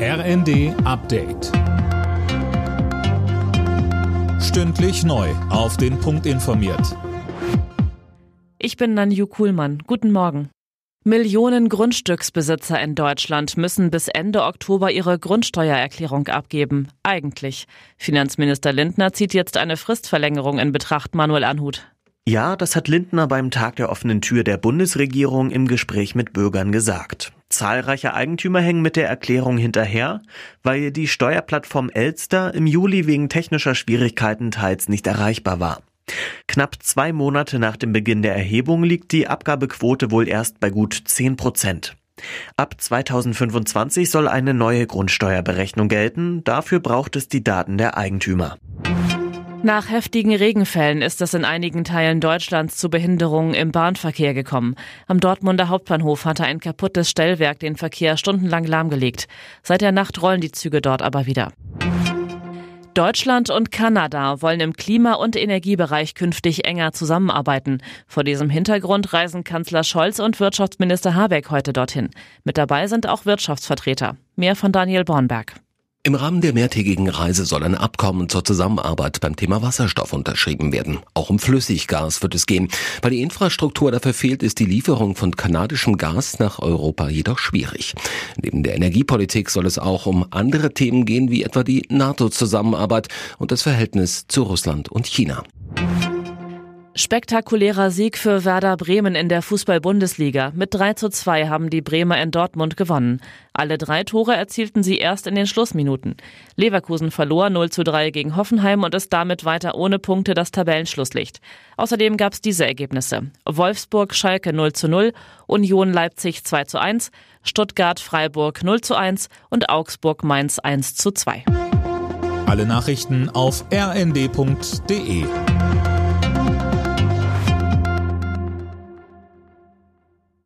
RND Update. Stündlich neu auf den Punkt informiert. Ich bin Nanju Kuhlmann. Guten Morgen. Millionen Grundstücksbesitzer in Deutschland müssen bis Ende Oktober ihre Grundsteuererklärung abgeben. Eigentlich. Finanzminister Lindner zieht jetzt eine Fristverlängerung in Betracht. Manuel Anhut. Ja, das hat Lindner beim Tag der offenen Tür der Bundesregierung im Gespräch mit Bürgern gesagt. Zahlreiche Eigentümer hängen mit der Erklärung hinterher, weil die Steuerplattform Elster im Juli wegen technischer Schwierigkeiten teils nicht erreichbar war. Knapp 2 Monate nach dem Beginn der Erhebung liegt die Abgabequote wohl erst bei gut 10%. Ab 2025 soll eine neue Grundsteuerberechnung gelten. Dafür braucht es die Daten der Eigentümer. Nach heftigen Regenfällen ist es in einigen Teilen Deutschlands zu Behinderungen im Bahnverkehr gekommen. Am Dortmunder Hauptbahnhof hatte ein kaputtes Stellwerk den Verkehr stundenlang lahmgelegt. Seit der Nacht rollen die Züge dort aber wieder. Deutschland und Kanada wollen im Klima- und Energiebereich künftig enger zusammenarbeiten. Vor diesem Hintergrund reisen Kanzler Scholz und Wirtschaftsminister Habeck heute dorthin. Mit dabei sind auch Wirtschaftsvertreter. Mehr von Daniel Bornberg. Im Rahmen der mehrtägigen Reise soll ein Abkommen zur Zusammenarbeit beim Thema Wasserstoff unterschrieben werden. Auch um Flüssiggas wird es gehen. Weil die Infrastruktur dafür fehlt, ist die Lieferung von kanadischem Gas nach Europa jedoch schwierig. Neben der Energiepolitik soll es auch um andere Themen gehen, wie etwa die NATO-Zusammenarbeit und das Verhältnis zu Russland und China. Spektakulärer Sieg für Werder Bremen in der Fußball-Bundesliga. Mit 3:2 haben die Bremer in Dortmund gewonnen. Alle 3 Tore erzielten sie erst in den Schlussminuten. Leverkusen verlor 0:3 gegen Hoffenheim und ist damit weiter ohne Punkte das Tabellenschlusslicht. Außerdem gab es diese Ergebnisse: Wolfsburg-Schalke 0:0, Union Leipzig 2:1, Stuttgart-Freiburg 0:1 und Augsburg-Mainz 1:2. Alle Nachrichten auf rnd.de.